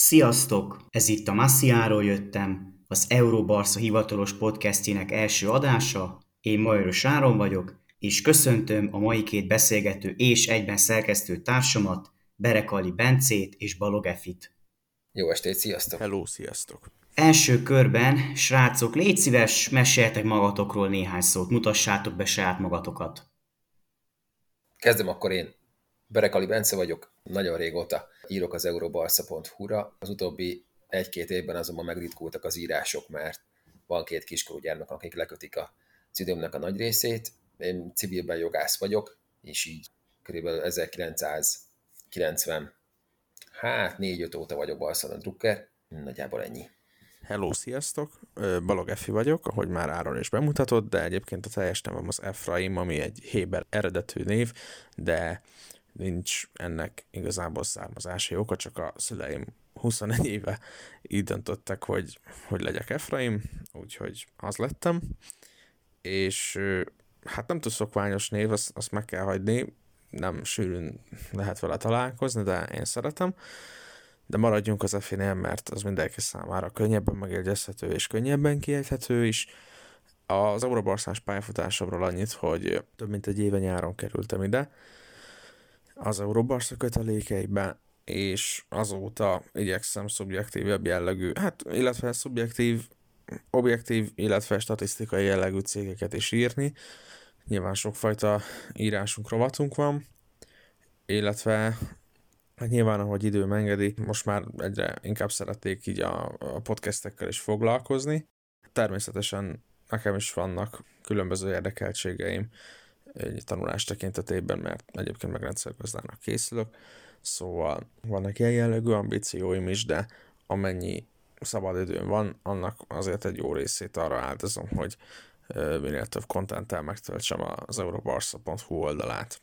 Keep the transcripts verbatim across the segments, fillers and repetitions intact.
Sziasztok! Ez itt a Massiáról jöttem, az Euróbarca hivatalos podcastjének első adása. Én Majoros Áron vagyok, és köszöntöm a mai két beszélgető és egyben szerkesztő társamat, Berekali Bencét és Balog Efit. Jó estét, sziasztok! Hello, sziasztok! Első körben, srácok, légy szíves, meséljetek magatokról néhány szót, mutassátok be saját magatokat. Kezdem akkor én. Berekali Bence vagyok, nagyon régóta írok az eurobarca pont hu-ra. Az utóbbi egy-két évben azonban megritkultak az írások, mert van két kiskorú gyermek, akik lekötik az időmnek a nagy részét. Én civilben jogász vagyok, és így kb. ezerkilencszázkilencven, hát négy-öt óta vagyok Barcelona drukker, nagyjából ennyi. Hello, sziasztok! Balog Efi vagyok, ahogy már Áron is bemutatott, de egyébként a teljes nevem az Efraim, ami egy héber eredetű név, de nincs ennek igazából származási oka, csak a szüleim huszonegy éve így döntöttek, hogy, hogy legyek Efraim, úgyhogy az lettem, és hát nem túl szokványos név, azt, azt meg kell hagyni, nem sűrűn lehet vele találkozni, de én szeretem. De maradjunk az Efinél, mert az mindenki számára könnyebben megjegyezhető és könnyebben kiejthető is. Az Eurobarcás pályafutásomról annyit, hogy több mint egy éve nyáron kerültem ide az Eurobarca kötelékeibe, és azóta igyekszem szubjektívebb jellegű, hát illetve szubjektív, objektív, illetve statisztikai jellegű cégeket is írni. Nyilván sokfajta írásunk, rovatunk van, illetve hát nyilván, ahogy időm engedi, most már egyre inkább szeretnék így a, a podcastekkel is foglalkozni. Természetesen nekem is vannak különböző érdekeltségeim egy tanulás tekintetében, mert egyébként meg rendszergazdának készülök, szóval vannak ilyen jellegű ambícióim is, de amennyi szabad időm van, annak azért egy jó részét arra áldozom, hogy minél több contenttel megtöltsem az eurobarca pont hu oldalát.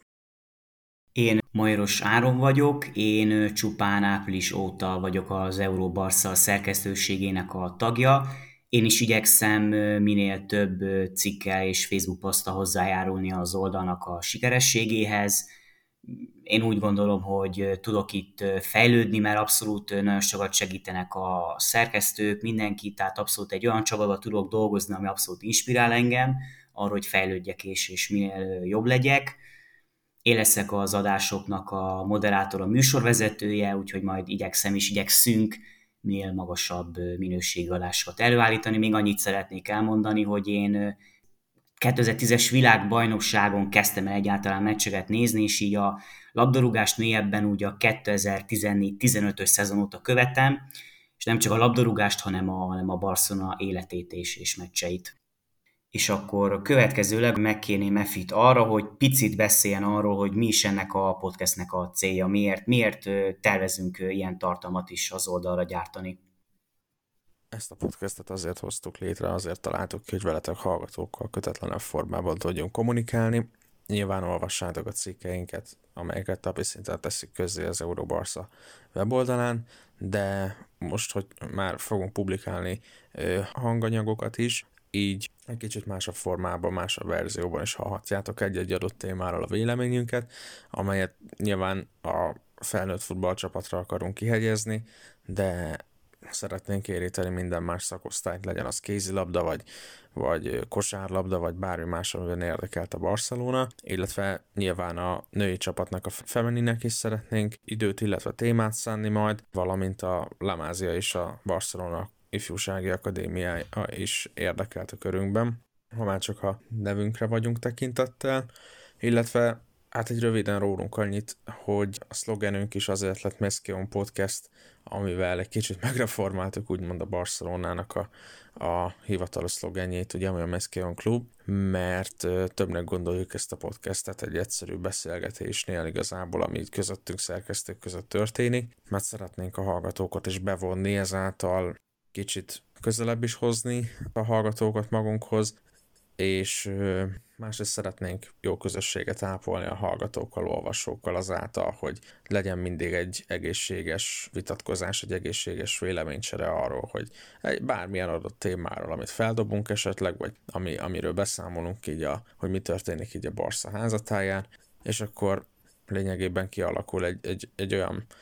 Én Majoros Áron vagyok, én csupán április óta vagyok az Euróbarca szerkesztőségének a tagja. Én is igyekszem minél több cikkel és Facebook poszttal hozzájárulni az oldalnak a sikerességéhez. Én úgy gondolom, hogy tudok itt fejlődni, mert abszolút nagyon sokat segítenek a szerkesztők, mindenki, tehát abszolút egy olyan csapatban tudok dolgozni, ami abszolút inspirál engem arra, hogy fejlődjek és, és minél jobb legyek. Én leszek az adásoknak a moderátor, a műsorvezetője, úgyhogy majd igyekszem és igyekszünk minél magasabb minőségű adásokat előállítani. Még annyit szeretnék elmondani, hogy én kétezer-tízes világbajnokságon kezdtem el egyáltalán meccseket nézni, és így a labdarúgást mélyebben úgy a kétezer-tizennégy-tizenötös szezon óta követem, és nem csak a labdarúgást, hanem a, hanem a Barcelona életét és, és meccseit. És akkor következőleg megkérném Efit arra, hogy picit beszéljen arról, hogy mi is ennek a podcastnek a célja, miért, miért tervezünk ilyen tartalmat is az oldalra gyártani. Ezt a podcastet azért hoztuk létre, azért találtuk ki, hogy veletek hallgatókkal kötetlenebb formában tudjunk kommunikálni. Nyilván olvassátok a cikkeinket, amelyeket napi szinten teszik közzé az Eurobarca weboldalán, de most, hogy már fogunk publikálni hanganyagokat is, így egy kicsit másabb formában, másabb verzióban is hallhatjátok egy-egy adott témáról a véleményünket, amelyet nyilván a felnőtt futballcsapatra akarunk kihegyezni, de szeretnénk éríteni minden más szakosztályt, legyen az kézilabda, vagy, vagy kosárlabda, vagy bármi más, amiben érdekelt a Barcelona, illetve nyilván a női csapatnak, a femininek is szeretnénk időt, illetve témát szánni majd, valamint a La Masia és a Barcelona ifjúsági akadémiája is érdekelt a körünkben, ha már csak a nevünkre vagyunk tekintettel, illetve hát egy röviden rólunk annyit, hogy a szlogenünk is azért lett Mesquion Podcast, amivel egy kicsit megreformáltuk úgymond a Barcelonának a, a hivatalos szlogenjét, ugye, ami a Mesquion Klub, mert többnek gondoljuk ezt a podcastet egy egyszerű beszélgetésnél igazából, ami így közöttünk szerkesztők között történik, mert szeretnénk a hallgatókat is bevonni, ezáltal kicsit közelebb is hozni a hallgatókat magunkhoz, és másrészt szeretnénk jó közösséget ápolni a hallgatókkal, olvasókkal azáltal, hogy legyen mindig egy egészséges vitatkozás, egy egészséges véleménycsere arról, hogy egy bármilyen adott témáról, amit feldobunk esetleg, vagy ami, amiről beszámolunk így, a, hogy mi történik így a Barca házatáján, és akkor lényegében kialakul egy, egy, egy olyan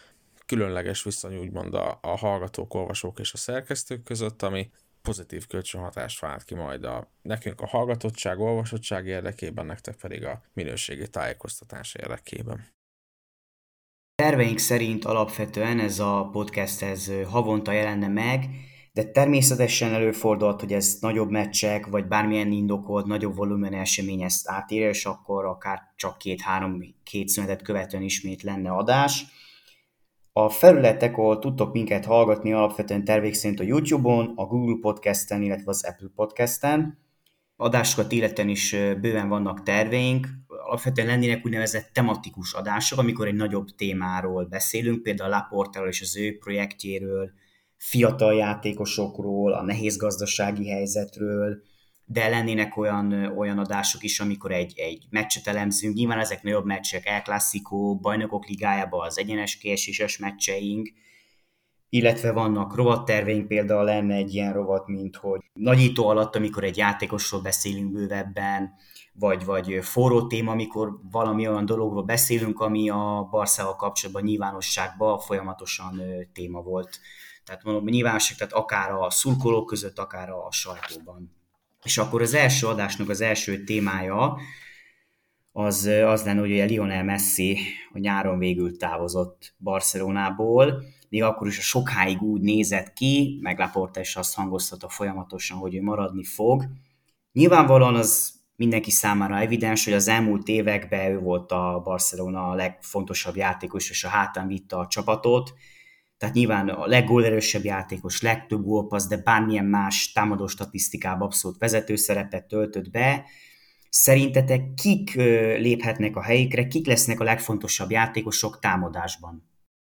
különleges viszony úgymond a, a hallgatók, olvasók és a szerkesztők között, ami pozitív kölcsönhatást vált ki majd a, nekünk a hallgatottság, olvasottság érdekében, nektek pedig a minőségi tájékoztatás érdekében. Terveink szerint alapvetően ez a podcast ez havonta jelenne meg, de természetesen előfordult, hogy ez nagyobb meccsek, vagy bármilyen indokolt, nagyobb volumen esemény ezt átírja, és akkor akár csak két-három két szünetet követően ismét lenne adás. A felületek, ahol tudtok minket hallgatni, alapvetően terveik szerint a YouTube-on, a Google Podcasten, illetve az Apple Podcasten. Adásokat illetően is bőven vannak terveink. Alapvetően lennének úgynevezett tematikus adások, amikor egy nagyobb témáról beszélünk, például a Laportáról és az ő projektjéről, fiatal játékosokról, a nehéz gazdasági helyzetről, de lennének olyan, olyan adások is, amikor egy, egy meccset elemzünk. Nyilván ezek nagyobb meccsek, El Clásico, Bajnokok Ligájában az egyenes kieséses meccseink, illetve vannak rovatterveink, például lenne egy ilyen rovat, mint hogy nagyító alatt, amikor egy játékosról beszélünk bővebben, vagy, vagy forró téma, amikor valami olyan dologról beszélünk, ami a Barszával kapcsolatban nyilvánosságban folyamatosan téma volt. Tehát mondom, nyilvánosság, tehát akár a szurkolók között, akár a sajtóban. És akkor az első adásnak az első témája az, az lenne, hogy a Lionel Messi a nyáron végül távozott Barcelonából, még akkor is a sokáig úgy nézett ki, meg Laporta is azt hangoztatta folyamatosan, hogy ő maradni fog. Nyilvánvalóan az mindenki számára evidens, hogy az elmúlt években ő volt a Barcelona a legfontosabb játékos, és a hátán vitte a csapatot. Tehát nyilván a leggólerősebb játékos, legtöbb gólpassz, de bármilyen más támadó statisztikában abszolút vezető szerepet töltött be. Szerintetek kik léphetnek a helyükre, kik lesznek a legfontosabb játékosok támadásban?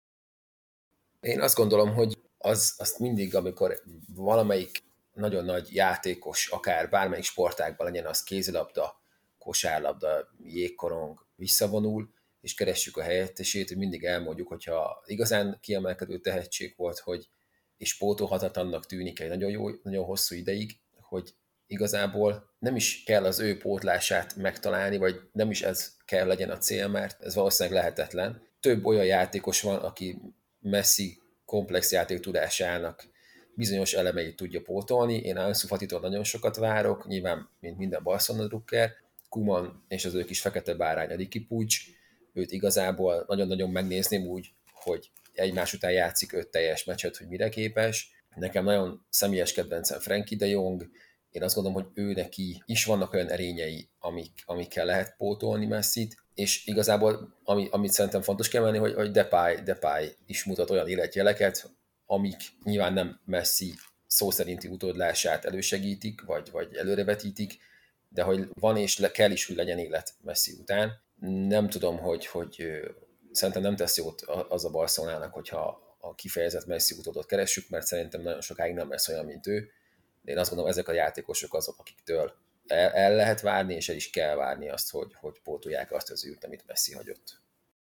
Én azt gondolom, hogy az, azt mindig, amikor valamelyik nagyon nagy játékos, akár bármelyik sportágban legyen, az kézilabda, kosárlabda, jégkorong visszavonul, és keressük a helyettesét, hogy mindig elmondjuk, hogyha igazán kiemelkedő tehetség volt, hogy és pótolhatatlannak tűnik egy nagyon jó, nagyon hosszú ideig, hogy igazából nem is kell az ő pótlását megtalálni, vagy nem is ez kell legyen a cél, mert ez valószínűleg lehetetlen. Több olyan játékos van, aki Messi komplex játék tudásának bizonyos elemeit tudja pótolni. Én Ansu Fatitól nagyon sokat várok, nyilván, mint minden Barcelona drukker. Koeman és az ő kis fekete bárány, a Riqui Puig, őt igazából nagyon-nagyon megnézném úgy, hogy egymás után játszik öt teljes meccset, hogy mire képes. Nekem nagyon személyes kedvencem Frenkie de Jong. Én azt gondolom, hogy ő neki is vannak olyan erényei, amik, amikkel lehet pótolni Messit, és igazából, ami, amit szerintem fontos kiemelni, hogy, hogy Depay, Depay is mutat olyan életjeleket, amik nyilván nem Messi szó szerinti utódlását elősegítik, vagy, vagy előrevetítik, de hogy van és le, kell is, hogy legyen élet Messi után. Nem tudom, hogy, hogy szerintem nem tesz jót az a Barcelonának, hogyha a kifejezett Messi utódot keressük, mert szerintem nagyon sokáig nem lesz olyan, mint ő. De én azt gondolom, ezek a játékosok azok, akiktől el, el lehet várni, és el is kell várni azt, hogy, hogy pótolják azt az űrt, amit Messi hagyott.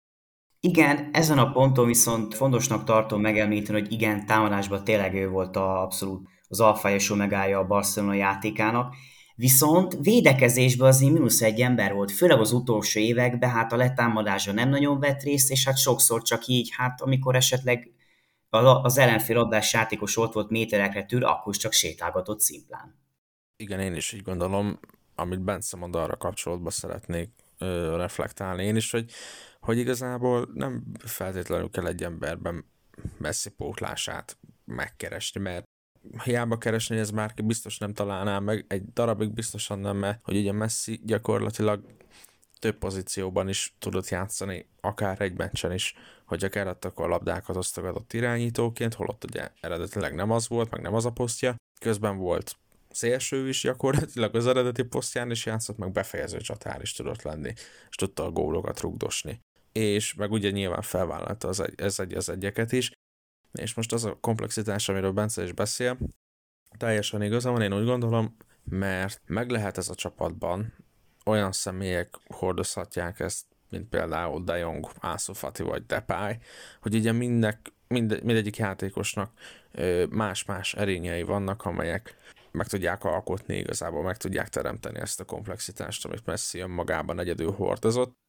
Igen, ezen a ponton viszont fontosnak tartom megemlíteni, hogy igen, támadásban tényleg ő volt a, abszolút az alfa és omegája a Barcelona játékának, viszont védekezésben azért mínusz egy ember volt, főleg az utolsó években, hát a letámadásra nem nagyon vett részt, és hát sokszor csak így, hát amikor esetleg az ellenfél labdás játékos ott volt méterekre tűr, akkor is csak sétálgatott szimplán. Igen, én is így gondolom, amit Bence mond, arra kapcsolatban szeretnék ö, reflektálni én is, hogy, hogy igazából nem feltétlenül kell egy emberben Messi pótlását megkeresni, mert hiába keresni, ez már biztos nem találná meg, egy darabig biztosan nem, mert hogy ugye Messi gyakorlatilag több pozícióban is tudott játszani, akár egy meccsen is, hogy kellett, akkor a labdákat osztogatott irányítóként, holott ugye eredetileg nem az volt, meg nem az a posztja. Közben volt szélső is gyakorlatilag az eredeti posztján is játszott, meg befejező csatár is tudott lenni, és tudta a gólokat rugdosni. És meg ugye nyilván felvállalta az egy, ez egy az egyeket is, és most az a komplexitás, amiről Bence is beszél, teljesen igaza van, én úgy gondolom, mert meg lehet ez a csapatban, olyan személyek hordozhatják ezt, mint például De Jong, Ansu Fati vagy Depay, hogy ugye mindek, mind, mindegyik játékosnak más-más erényei vannak, amelyek meg tudják alkotni igazából, meg tudják teremteni ezt a komplexitást, amit Messi önmagában egyedül hordozott.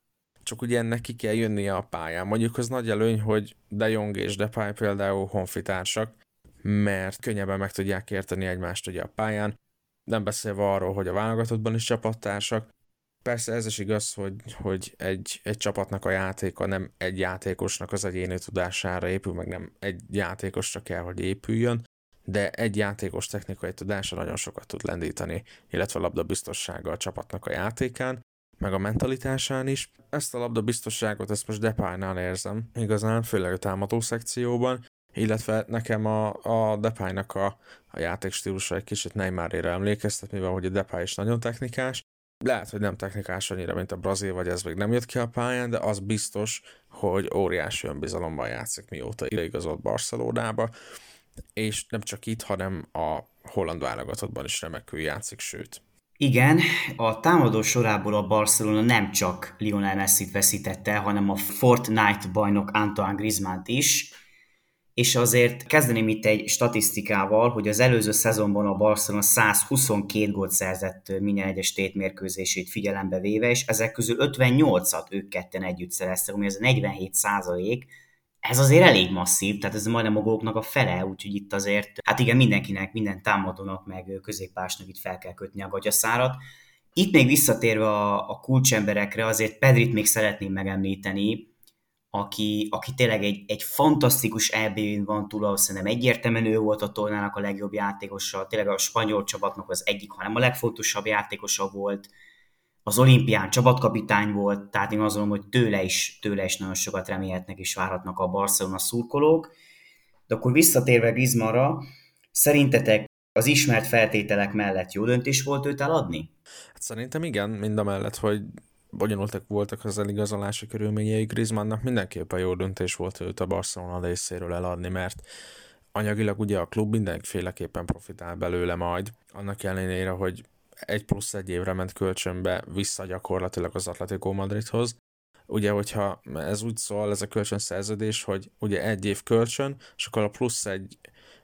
csak ugye ennek ki kell jönnie a pályán. Mondjuk az nagy előny, hogy De Jong és Depay például honfitársak, mert könnyebben meg tudják érteni egymást ugye a pályán, nem beszélve arról, hogy a válogatottban is csapattársak. Persze ez is igaz, hogy, hogy egy, egy csapatnak a játéka nem egy játékosnak az egyéni tudására épül, meg nem egy játékosra kell, hogy épüljön, de egy játékos technikai tudása nagyon sokat tud lendíteni, illetve a labdabiztossága a csapatnak a játékán, meg a mentalitásán is. Ezt a labdabiztosságot, ezt most Depaynál érzem igazán, főleg a támadó szekcióban, illetve nekem a, a Depaynak a, a játékstílusa egy kicsit Neymarra emlékeztet, mivel hogy a Depay is nagyon technikás. Lehet, hogy nem technikás annyira, mint a brazil, vagy ez még nem jött ki a pályán, de az biztos, hogy óriási önbizalommal játszik, mióta ideigazolt Barcelonába, és nem csak itt, hanem a holland válogatottban is remekül játszik, sőt. Igen, a támadó sorából a Barcelona nem csak Lionel Messit veszítette, hanem a Fortnite bajnok Antoine Griezmannt is, és azért kezdeném itt egy statisztikával, hogy az előző szezonban a Barcelona százhuszonkét gólt szerzett minden egyes tétmérkőzését figyelembe véve, és ezek közül ötvennyolcat ők ketten együtt szereztek, ami ez a negyvenhét százalék. Ez azért elég masszív, tehát ez majdnem a góloknak a fele, úgyhogy itt azért, hát igen, mindenkinek, minden támadónak, meg középpásnak itt fel kell kötni a gatyaszárat. Itt még visszatérve a, a kulcsemberekre, azért Pedrit még szeretném megemlíteni, aki, aki tényleg egy, egy fantasztikus é bén van túl, ahol szerintem egyértelműen ő volt a tornának a legjobb játékosa, tényleg a spanyol csapatnak az egyik, hanem a legfontosabb játékosa volt, az olimpián csapatkapitány volt, tehát én azt mondom, hogy tőle is, tőle is nagyon sokat remélhetnek és várhatnak a Barcelona szurkolók. De akkor visszatérve Griezmannra, szerintetek az ismert feltételek mellett jó döntés volt őt eladni? Hát szerintem igen, mind a mellett, hogy bonyolultak voltak az eligazolási körülményei, Griezmannnak mindenképpen jó döntés volt őt a Barcelona részéről eladni, mert anyagilag ugye a klub mindenféleképpen profitál belőle majd, annak ellenére, hogy egy plusz egy évre ment kölcsönbe vissza gyakorlatilag az Atletico Madridhoz. Ugye, hogyha ez úgy szól, ez a kölcsönszerződés, hogy ugye egy év kölcsön, és akkor a plusz egy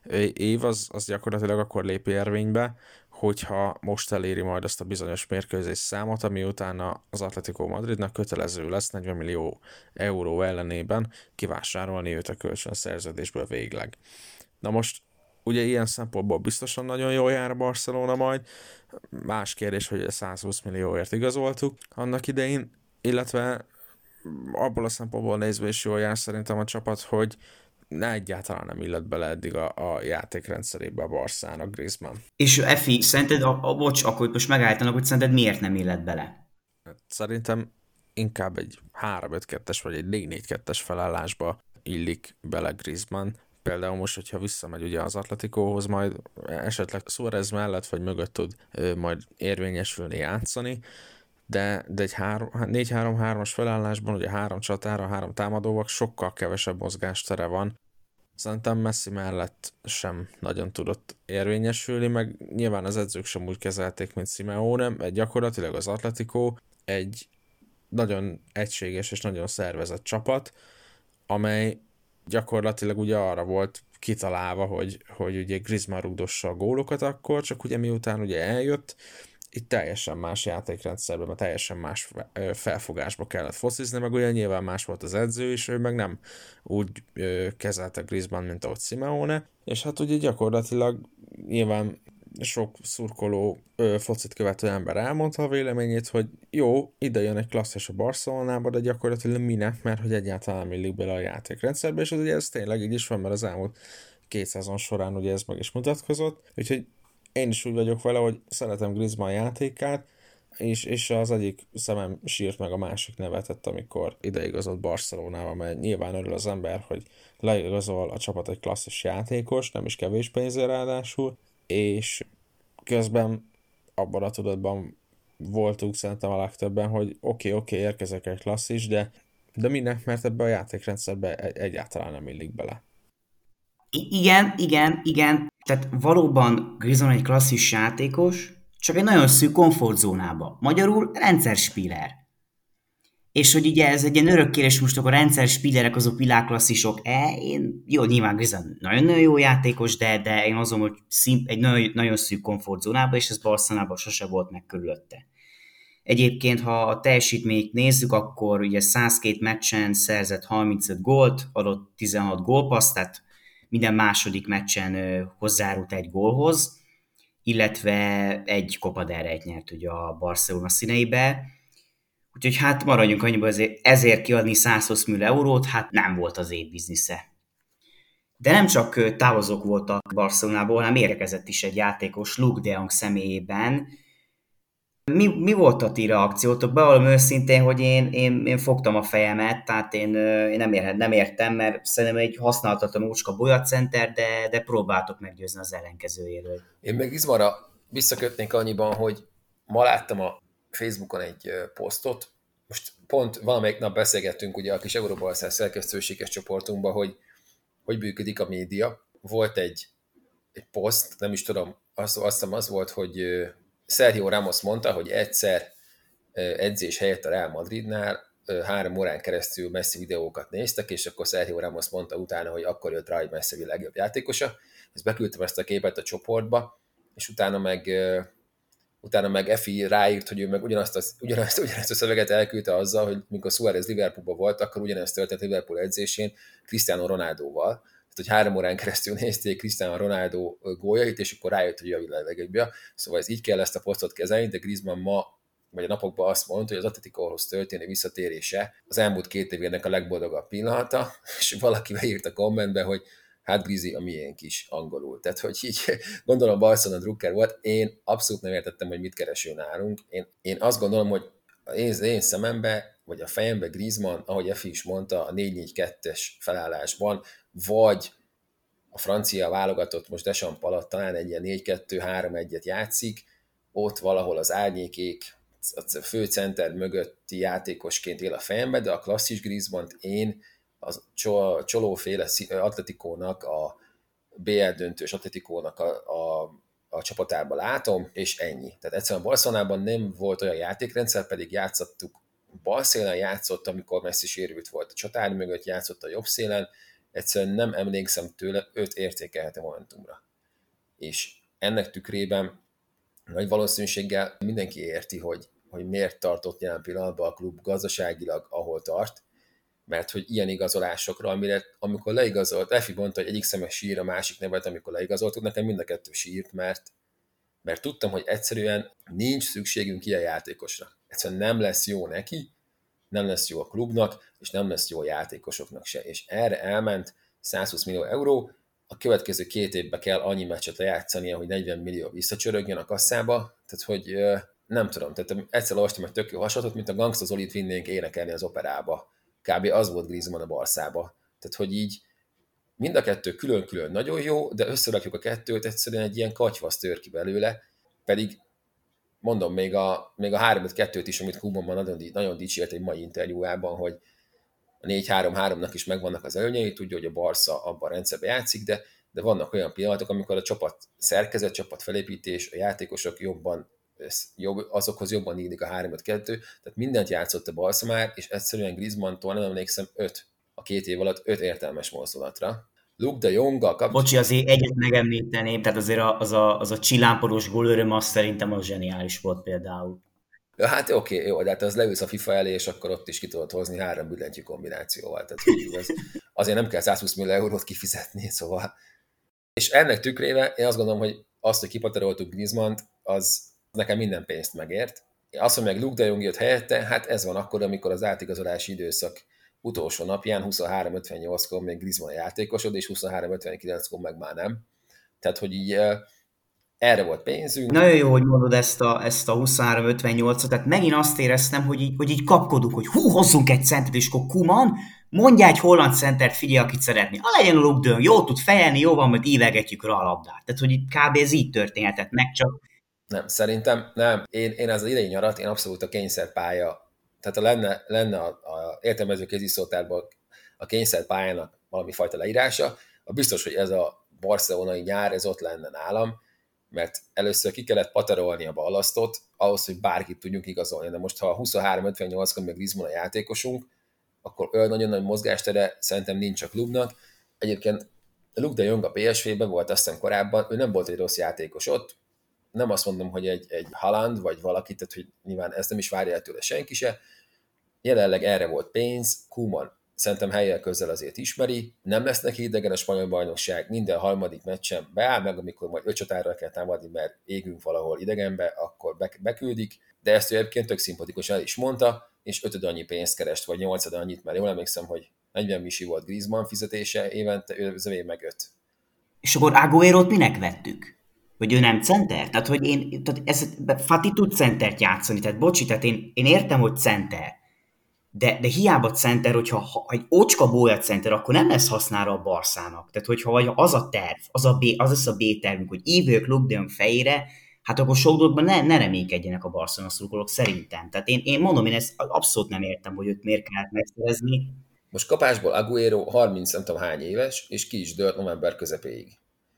év az, az gyakorlatilag akkor lép érvénybe, hogyha most eléri majd azt a bizonyos mérkőzés számot, ami utána az Atletico Madridnak kötelező lesz negyven millió euró ellenében kivásárolni őt a kölcsönszerződésből végleg. Na most ugye ilyen szempontból biztosan nagyon jól jár a Barcelona majd. Más kérdés, hogy százhúsz millióért igazoltuk annak idején, illetve abból a szempontból nézve is jól jár szerintem a csapat, hogy ne egyáltalán nem illet bele eddig a, a játékrendszerébe a Barszának Griezmann. És Efi, szerinted, a, a, bocs, akkor most megállítanak, hogy szerinted miért nem illet bele? Szerintem inkább egy három öt kettes vagy egy négy négy kettes felállásba illik bele Griezmann. Például most, hogyha visszamegy ugye az Atleticóhoz, majd esetleg Suárez mellett vagy mögött tud ö, majd érvényesülni, játszani, de, de egy négy három hármas felállásban, ugye három csatára, három támadóval sokkal kevesebb mozgástere van. Szerintem Messi mellett sem nagyon tudott érvényesülni, meg nyilván az edzők sem úgy kezelték, mint Simeone, gyakorlatilag az Atletico egy nagyon egységes és nagyon szervezett csapat, amely gyakorlatilag ugye arra volt kitalálva, hogy, hogy ugye Griezmann rugdossa a gólokat akkor, csak ugye miután ugye eljött, itt teljesen más játékrendszerben, mert teljesen más felfogásba kellett focizni, meg ugye nyilván más volt az edző is, ő meg nem úgy ö, kezelte Griezmann, mint ahogy Simeone, és hát ugye gyakorlatilag nyilván sok szurkoló ö, focit követő ember elmondta a véleményét, hogy jó, ide jön egy klasszis a Barcelonába, de gyakorlatilag minek, mert hogy egyáltalán nem illik bele a játékrendszerbe, és az ugye ez tényleg így is van, mert az elmúlt két szezon során ugye ez meg is mutatkozott, úgyhogy én is úgy vagyok vele, hogy szeretem Griezmann játékát, és, és az egyik szemem sírt meg, a másik nevetett, amikor ideigazolt Barcelonába, mert nyilván örül az ember, hogy leigazol a csapat egy klasszis játékos, nem is kevés pénzért ráadásul, és közben abban a tudatban voltunk szerintem a legtöbben, hogy oké, okay, oké, okay, érkezek egy klasszis, de, de minek, mert ebbe a játékrendszerbe egyáltalán nem illik bele. I- igen, igen, igen. Tehát valóban Griezmann egy klasszis játékos, csak egy nagyon szűk komfortzónába. Magyarul rendszerspíler. És hogy ugye ez egy ilyen örök kérdés, most akkor a rendszerspílerek azok világklasszisok-e? Én, jó, nyilván Griezmann nagyon-nagyon jó játékos, de, de én azon, hogy szín, egy nagyon, nagyon szűk komfortzónába, és ez Barcelonában sose volt meg körülötte. Egyébként, ha a teljesítményt nézzük, akkor ugye százkettő meccsen szerzett harmincöt gólt, adott tizenhat gólpaszt, tehát minden második meccsen hozzárult egy gólhoz, illetve egy Copa del Reyt nyert ugye a Barcelona színeibe. Úgyhogy hát maradjunk annyiba, ezért, ezért kiadni százhúsz millió eurót, hát nem volt az év biznisze. De nem csak távozók voltak Barcelonából, hanem érkezett is egy játékos Luuk de Jong személyében. Mi, mi volt a ti reakciótok? Bevallom őszintén, hogy én, én, én fogtam a fejemet, tehát én, én nem, ér, nem értem, mert szerintem egy használhatatlan ócska bolyacenter, de, de próbáltok meggyőzni az ellenkezőjéről. Én meg Izmara visszakötnék annyiban, hogy ma láttam a Facebookon egy posztot, most pont valamelyik nap beszélgettünk ugye a kis Európa-Ország szerkesztőséges csoportunkban, hogy hogy működik a média. Volt egy, egy poszt, nem is tudom, azt, azt hiszem az volt, hogy Sergio Ramos mondta, hogy egyszer edzés helyett a Real Madridnál három órán keresztül Messi videókat néztek, és akkor Sergio Ramos mondta utána, hogy akkor jött rá, hogy Messi a legjobb játékosa. Ezt beküldtem ezt a képet a csoportba, és utána meg, utána meg Efi ráírt, hogy ő meg ugyanazt, az, ugyanazt, ugyanazt a szöveget elküldte azzal, hogy mikor Suárez Liverpoolban volt, akkor ugyanezt történt Liverpool edzésén Cristiano Ronaldóval. Tehát, hogy három órán keresztül nézték Cristiano Ronaldo góljait, és akkor rájött, hogy a világ legjobbja. Szóval ez így kell ezt a posztot kezelni, de Griezmann ma, vagy a napokban azt mondta, hogy az Atleticohoz történő visszatérése az elmúlt két évének a legboldogabb pillanata, és valaki beírt a kommentbe, hogy hát Grizi a miénk is angolul. Tehát, hogy így gondolom Barcelona drukker volt, én abszolút nem értettem, hogy mit kereső nálunk. Én, én azt gondolom, hogy én, én szemembe, vagy a fejembe Griezmann, ahogy Efi is mondta, a négy négy kettes felállásban, vagy a francia válogatott most Deschamps alatt talán egy ilyen négy kettő három egyet játszik, ott valahol az árnyékék, a főcenter mögötti játékosként él a fejembe, de a klasszis Griezmannt én az csolóféle Atletikónak, a bé el döntős Atletikónak a, a, a csapatában látom, és ennyi. Tehát egyszerűen a Barcelonában nem volt olyan játékrendszer, pedig játszottuk, bal szélen játszott, amikor Messi sérült volt, a csatár mögött játszott a jobb szélen, egyszerűen nem emlékszem tőle öt értékelhető momentumra. És ennek tükrében nagy valószínűséggel mindenki érti, hogy, hogy miért tartott jelen pillanatban a klub gazdaságilag, ahol tart, mert hogy ilyen igazolásokra, amire, amikor leigazolt, Efi mondta, hogy egyik szemes sír, a másik nevet, amikor leigazoltuk, nekem mind a kettő sírt, mert, mert tudtam, hogy egyszerűen nincs szükségünk ilyen játékosra. Egyszerűen nem lesz jó neki, nem lesz jó a klubnak, és nem lesz jó a játékosoknak se. És erre elment százhúsz millió euró, a következő két évben kell annyi meccset lejátszania, hogy negyven millió visszacsörögjön a kasszába, tehát hogy nem tudom, tehát egyszer olvastam egy tök jó hasonlatot, mint a Gangsta Zolit vinnénk énekelni az operába. Kb. Az volt Griezmann a Barszába. Tehát, hogy így mind a kettő külön-külön nagyon jó, de összerakjuk a kettőt, egyszerűen egy ilyen katyvasz tör ki belőle, pedig mondom, még a, még a három öt kettőt is, amit Koeman nagyon, nagyon dicsért egy mai interjújában, hogy a négy három háromnak is megvannak az előnyei, tudja, hogy a Barca abban a rendszerben játszik, de, de vannak olyan pillanatok, amikor a csapat szerkezet, csapat felépítés, a játékosok jobban, jobb, azokhoz jobban illik a három öt kettő, tehát mindent játszott a Barca már, és egyszerűen Griezmanntól nem emlékszem öt, a két év alatt öt értelmes mozdulatra. Luuk de Jonggal kap... Bocsi, azért egyet megemlíteném, tehát azért az a, az a csillámporos gólöröm, az szerintem az zseniális volt például. Ja, hát oké, okay, jó, de hát az leülsz a FIFA elé, és akkor ott is ki tudod hozni három billentyű kombinációval. Tehát az, azért nem kell százhúsz millió eurót kifizetni, szóval. És ennek tükrében én azt gondolom, hogy azt, hogy kipateroltuk Griezmannt, az nekem minden pénzt megért. Azt, hogy meg Luuk de Jong jött helyette, hát ez van akkor, amikor az átigazolási időszak utolsó napján huszonhárom ötvennyolckor még Griezmann játékosod, és huszonhárom ötvenkilenckor meg már nem. Tehát, hogy így erre volt pénzünk. Nagyon jó, hogy mondod ezt a, ezt a huszonhárom ötvennyolcot, tehát megint azt éreztem, hogy így, hogy így kapkodunk, hogy hú, hozzunk egy centert, és akkor Koeman mondja egy holland centert, figyelj, akit szeretné. Ha legyen a Luuk de Jong, jó tud fejelni, jó van, majd ívelgetjük rá a labdát. Tehát, hogy itt kb. Ez így történhetett meg, csak... Nem, szerintem nem. Én, én az idei nyarat, én abszolút a kényszerpálya, tehát ha lenne, lenne a, a értelmező kéziszótárban a kényszerpályának valami fajta leírása, a biztos, hogy ez a barcelonai nyár, ez ott lenne nálam, mert először ki kellett paterolni a ballasztot, ahhoz, hogy bárkit tudjunk igazolni. De most, ha huszonhárom ötvennyolckor meg Griezmann a játékosunk, akkor olyan nagyon nagy mozgástere szerintem nincs a klubnak. Egyébként Luuk de Jong a pé es vé-ben volt, aztán korábban, ő nem volt egy rossz játékos ott, nem azt mondom, hogy egy, egy Haaland, vagy valaki, tehát hogy nyilván ezt nem is várja el tőle senki se. Jelenleg erre volt pénz, Koeman szerintem helyel közel azért ismeri, nem lesz neki idegen a spanyol bajnokság, minden harmadik meccsen beáll meg, amikor majd öt csatára kell támadni, mert égünk valahol idegenbe, akkor beküldik, de ezt ő egyébként tök szimpatikus el is mondta, és ötöd annyi pénzt kerest, vagy nyolcad annyit, mert jól emlékszem, hogy negyven misi volt Griezmann fizetése, évente, ő zövé meg öt. És akkor Agüerót minek vettük? Hogy ő nem center? Tehát, hogy én, tehát ez, Fati tud centert játszani, tehát bocsi, tehát én, én értem, hogy center, de, de hiába center, hogyha ha egy ocska bólya center, akkor nem lesz hasznára a Barszának. Tehát, hogyha vagy az a terv, az, a B, az lesz a B-tervünk, hogy Yves Luc de Jong fejére, hát akkor sok dologban ne, ne reménykedjenek a Barcelona szurkolók szerintem. Tehát én, én mondom, én ezt abszolút nem értem, hogy őt miért kellett megszerezni. Most kapásból Agüero harminc nem tudom hány éves, és ki is dőlt november közepéig.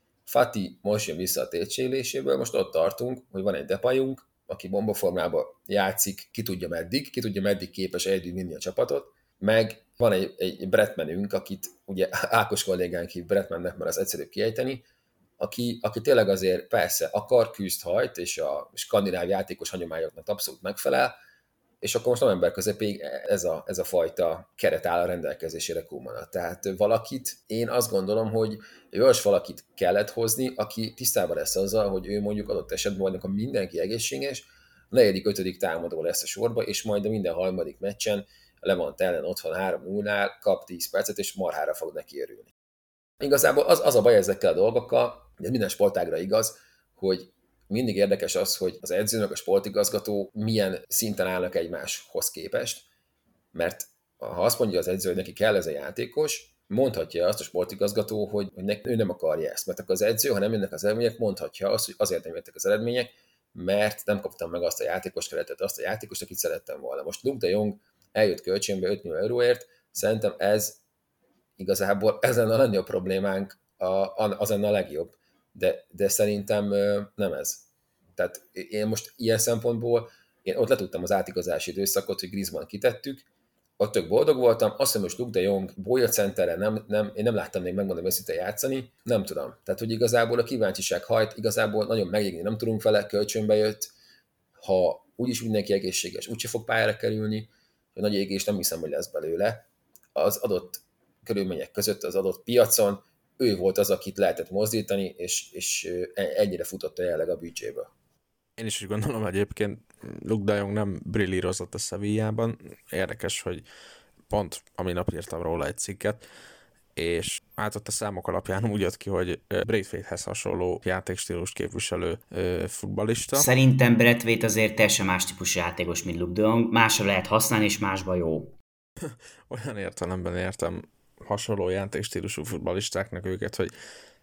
Fati most jön vissza a tétsérüléséből, most ott tartunk, hogy van egy Depayunk, aki bombaformában játszik, ki tudja meddig, ki tudja meddig képes együtt vinni a csapatot, meg van egy, egy Bretmanünk, akit ugye Ákos kollégánk hív Bretmannek, mert az egyszerűbb kiejteni, aki, aki tényleg azért persze akar, küzd, hajt, és a skandináv játékos hagyományoknak abszolút megfelel, és akkor most november közepéig ez a, ez a fajta keret áll a rendelkezésére Koeman. Tehát valakit, én azt gondolom, hogy olyas valakit kellett hozni, aki tisztában lesz azzal, hogy ő mondjuk adott esetben majd, ha mindenki egészséges, negyedik, ötödik támadó lesz a sorba, és majd a minden harmadik meccsen Levante ellen otthon három nullnál kap tíz percet, és marhára fog neki örülni. Igazából az, az a baj ezekkel a dolgokkal, de minden sportágra igaz, hogy mindig érdekes az, hogy az edzőnek, a sportigazgató milyen szinten állnak egymáshoz képest, mert ha azt mondja az edző, hogy neki kell ez a játékos, mondhatja azt a sportigazgató, hogy ő nem akarja ezt, mert akkor az edző, ha nem jönnek az eredmények, mondhatja azt, hogy azért nem jöttek az eredmények, mert nem kaptam meg azt a játékos keretet, azt a játékost, akit szerettem volna. Most Luc de Jong eljött kölcsönbe öt millió euróért, szerintem ez igazából ezen a legnagyobb problémánk, a, az lenne a legjobb. De, de szerintem nem ez. Tehát én most ilyen szempontból, én ott letudtam az átigazási időszakot, hogy Griezmann kitettük, ott tök boldog voltam, azt, hogy most Luc de Jong bólya centerre nem, nem, én nem láttam még, megmondom őszintén játszani, nem tudom. Tehát, hogy igazából a kíváncsiság hajt, igazából nagyon megégni nem tudunk vele, kölcsönbe jött, ha úgyis mindenki egészséges, úgyse fog pályára kerülni, hogy nagy égés nem hiszem, hogy lesz belőle. Az adott körülmények között, az adott piacon, ő volt az, akit lehetett mozdítani, és, és ennyire futotta jelenleg a büdzséből. Én is úgy gondolom, egyébként Luc de Jong nem brillírozott a Sevillában. Érdekes, hogy pont a minap írtam róla egy cikket, és hát ott a számok alapján úgy jött ki, hogy Braithwaitehez hasonló játékstílust képviselő futballista. Szerintem Braithwaite azért teljesen más típusú játékos, mint Luc de Jong. Másra lehet használni, és másban jó. Olyan értelemben értem hasonló játékstílusú futballistáknak őket, hogy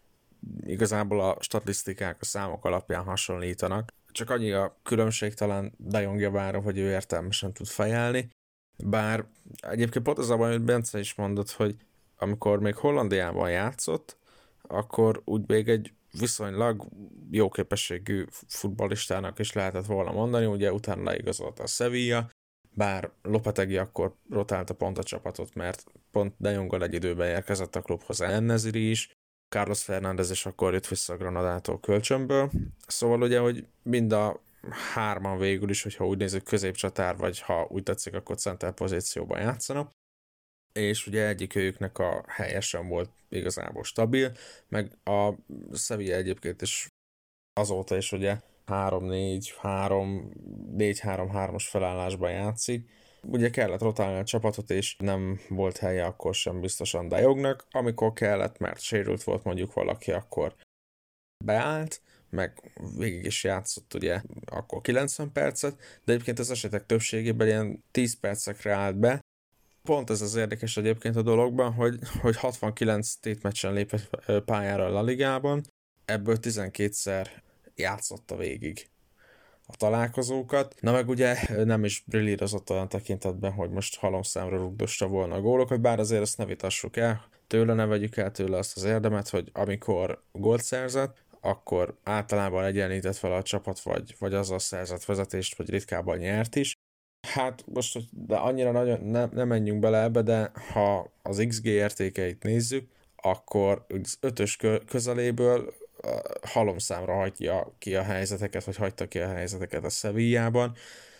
igazából a statisztikák, a számok alapján hasonlítanak. Csak annyi a különbség talán De Jong javára, hogy ő értelmesen tud fejelni. Bár egyébként pont az a baj, hogy Bence is mondott, hogy amikor még Hollandiában játszott, akkor úgy még egy viszonylag jó képességű futballistának is lehetett volna mondani, ugye utána leigazolta a Sevilla, bár Lopetegui akkor rotálta pont a csapatot, mert pont De Jonggal egy időben érkezett a klubhoz En-Nesyri is, Carlos Fernández is akkor jött vissza a Granadától kölcsönből, szóval ugye, hogy mind a hárman végül is, hogyha úgy nézzük középcsatár, vagy ha úgy tetszik, akkor center pozícióban játszanak, és ugye egyik őjüknek a helye sem volt igazából stabil, meg a Sevilla egyébként is azóta is ugye három négy három négy három három-as felállásban játszik. Ugye kellett rotálni a csapatot, és nem volt helye akkor sem biztosan De Jongnak. Amikor kellett, mert sérült volt mondjuk valaki, akkor beállt, meg végig is játszott ugye akkor kilencven percet, de egyébként az esetek többségében ilyen tíz percekre állt be. Pont ez az érdekes egyébként a dologban, hogy, hogy hatvankilenc tétmeccsen lépett pályára a La Ligában, ebből tizenkétszer játszotta végig a találkozókat. Na meg ugye nem is brillírozott olyan tekintetben, hogy most halomszámra rugdosta volna a gólokat, bár azért ezt ne vitassuk el, tőle ne vegyük el tőle azt az érdemet, hogy amikor gólt szerzett, akkor általában egyenlített vele a csapat, vagy, vagy azzal szerzett vezetést, vagy ritkábban nyert is. Hát most, de annyira nagyon ne, ne menjünk bele ebbe, de ha az iksz gé értékeit nézzük, akkor az ötös közeléből halomszámra hagyja ki a helyzeteket, vagy hagyta ki a helyzeteket a Sevillában.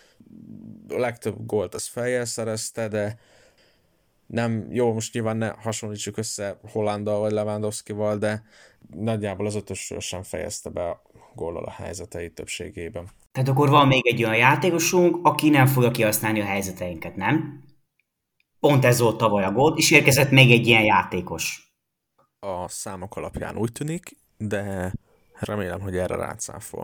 A legtöbb gólt az fejjel szerezte, de nem, jó, most nyilván ne hasonlítsuk össze Hollanddal vagy Lewandowskival, de nagyjából az ötösről sem fejezte be a góllal a helyzeteit többségében. Tehát akkor van még egy olyan játékosunk, aki nem fogja kihasználni a helyzeteinket, nem? Pont ez volt tavaly a gól, és érkezett még egy ilyen játékos. A számok alapján úgy tűnik, de remélem, hogy erre rácáfol.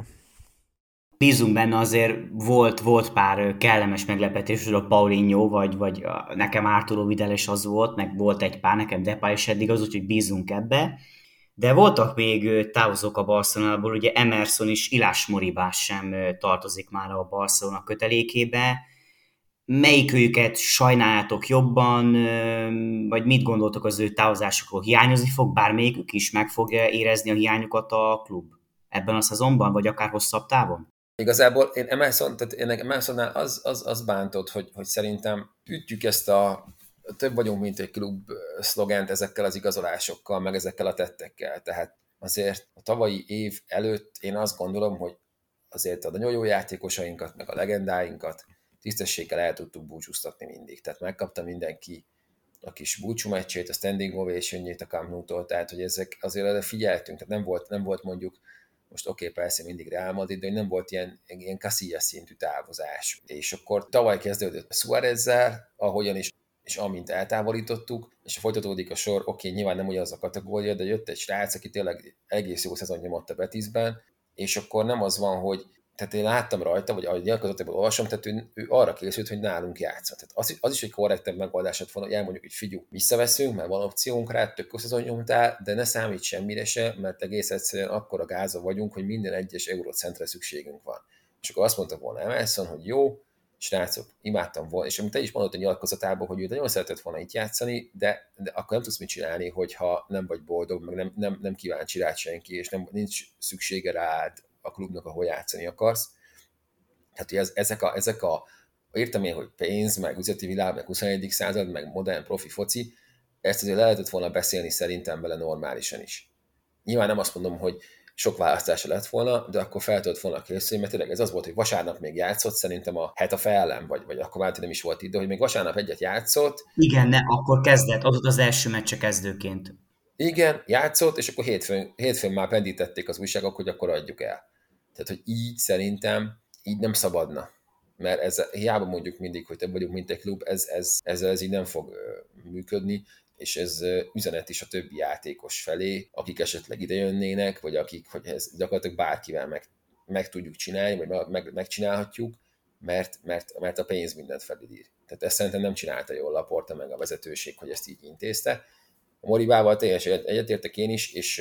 Bízunk benne, azért volt, volt pár kellemes meglepetés, a Paulinho, vagy, vagy a, nekem Arturo Vidal is az volt, meg volt egy pár, nekem Depay is eddig az, úgyhogy bízunk ebbe. De voltak még távozók a Barcelonából, ugye Emerson és Ilás Moribás sem tartozik már a Barcelona kötelékébe. Melyikőjüket sajnáljátok jobban, vagy mit gondoltok az ő távozásokról? Hiányozni fog bármelyikük is? Meg fogja érezni a hiányukat a klub ebben a szezonban, vagy akár hosszabb távon? Igazából én Emerson, tehát én Emersonnál az, az, az bántott, hogy, hogy szerintem ütjük ezt a több vagyunk, mint egy klub szlogent ezekkel az igazolásokkal, meg ezekkel a tettekkel. Tehát azért a tavalyi év előtt én azt gondolom, hogy azért a nagyon jó játékosainkat, meg a legendáinkat tisztességgel el tudtuk búcsúztatni mindig. Tehát megkapta mindenki a kis búcsú meccsét, a standing ovation-jét a Camp Nou-tól, tehát hogy ezek azért erre figyeltünk, tehát nem volt, nem volt mondjuk most oké, okay, persze mindig Real Madrid, de nem volt ilyen, ilyen Casillas szintű távozás. És akkor tavaly kezdődött Suárezzel, ahogyan is, és amint eltávolítottuk, és folytatódik a sor, oké, okay, nyilván nem ugyanaz a kategória, de jött egy srác, aki tényleg egész jó szezon nyomott a Betisben, és akkor nem az van, hogy tehát én láttam rajta, vagy ahogy nyilatkozatokból olvasom, tehát ő, ő arra készült, hogy nálunk játszhat. Tehát az, az is egy korrektebb megoldás lett volna, hogy elmondjuk, hogy figyelj, visszaveszünk, mert van opciónk rá, tök jó szezon nyomtál, de ne számít semmire se, mert egész egyszerűen akkora gáza vagyunk, hogy minden egyes eurocentre szükségünk van. És akkor azt mondta volna Emerson, hogy jó, srácok, imádtam volna, és amit te is mondott a nyilatkozatában, hogy ő nagyon szeretett volna itt játszani, de, de akkor nem tudsz mit csinálni, hogyha nem vagy boldog, meg nem, nem, nem kíváncsi rád senki, és nem, nincs szüksége rád a klubnak, ahol játszani akarsz. Tehát, hogy ez, ezek a, ezek a értem én, hogy pénz, meg üzleti világ, meg huszonegyedik század, meg modern profi foci, ezt azért le lehetett volna beszélni szerintem vele normálisan is. Nyilván nem azt mondom, hogy sok választása lett volna, de akkor fel tudott volna készülni, mert tényleg ez az volt, hogy vasárnap még játszott, szerintem a Hetafe ellen, vagy, vagy akkor már nem is volt idő, hogy még vasárnap egyet játszott. Igen, ne, akkor kezdett, az az első meccse kezdőként. Igen, játszott, és akkor hétfőn, hétfőn már pendítették az újságok, hogy akkor adjuk el. Tehát, hogy így szerintem, így nem szabadna. Mert ez, hiába mondjuk mindig, hogy te vagyunk, mint egy klub, ez, ez, ez, ez így nem fog működni, és ez üzenet is a többi játékos felé, akik esetleg idejönnének, vagy akik, hogy ez gyakorlatilag bárkivel meg, meg tudjuk csinálni, vagy meg, megcsinálhatjuk, mert, mert, mert a pénz mindent felülír. Tehát ezt szerintem nem csinálta jól Laporta meg a vezetőség, hogy ezt így intézte. A Moribával teljesen egyetértek én is, és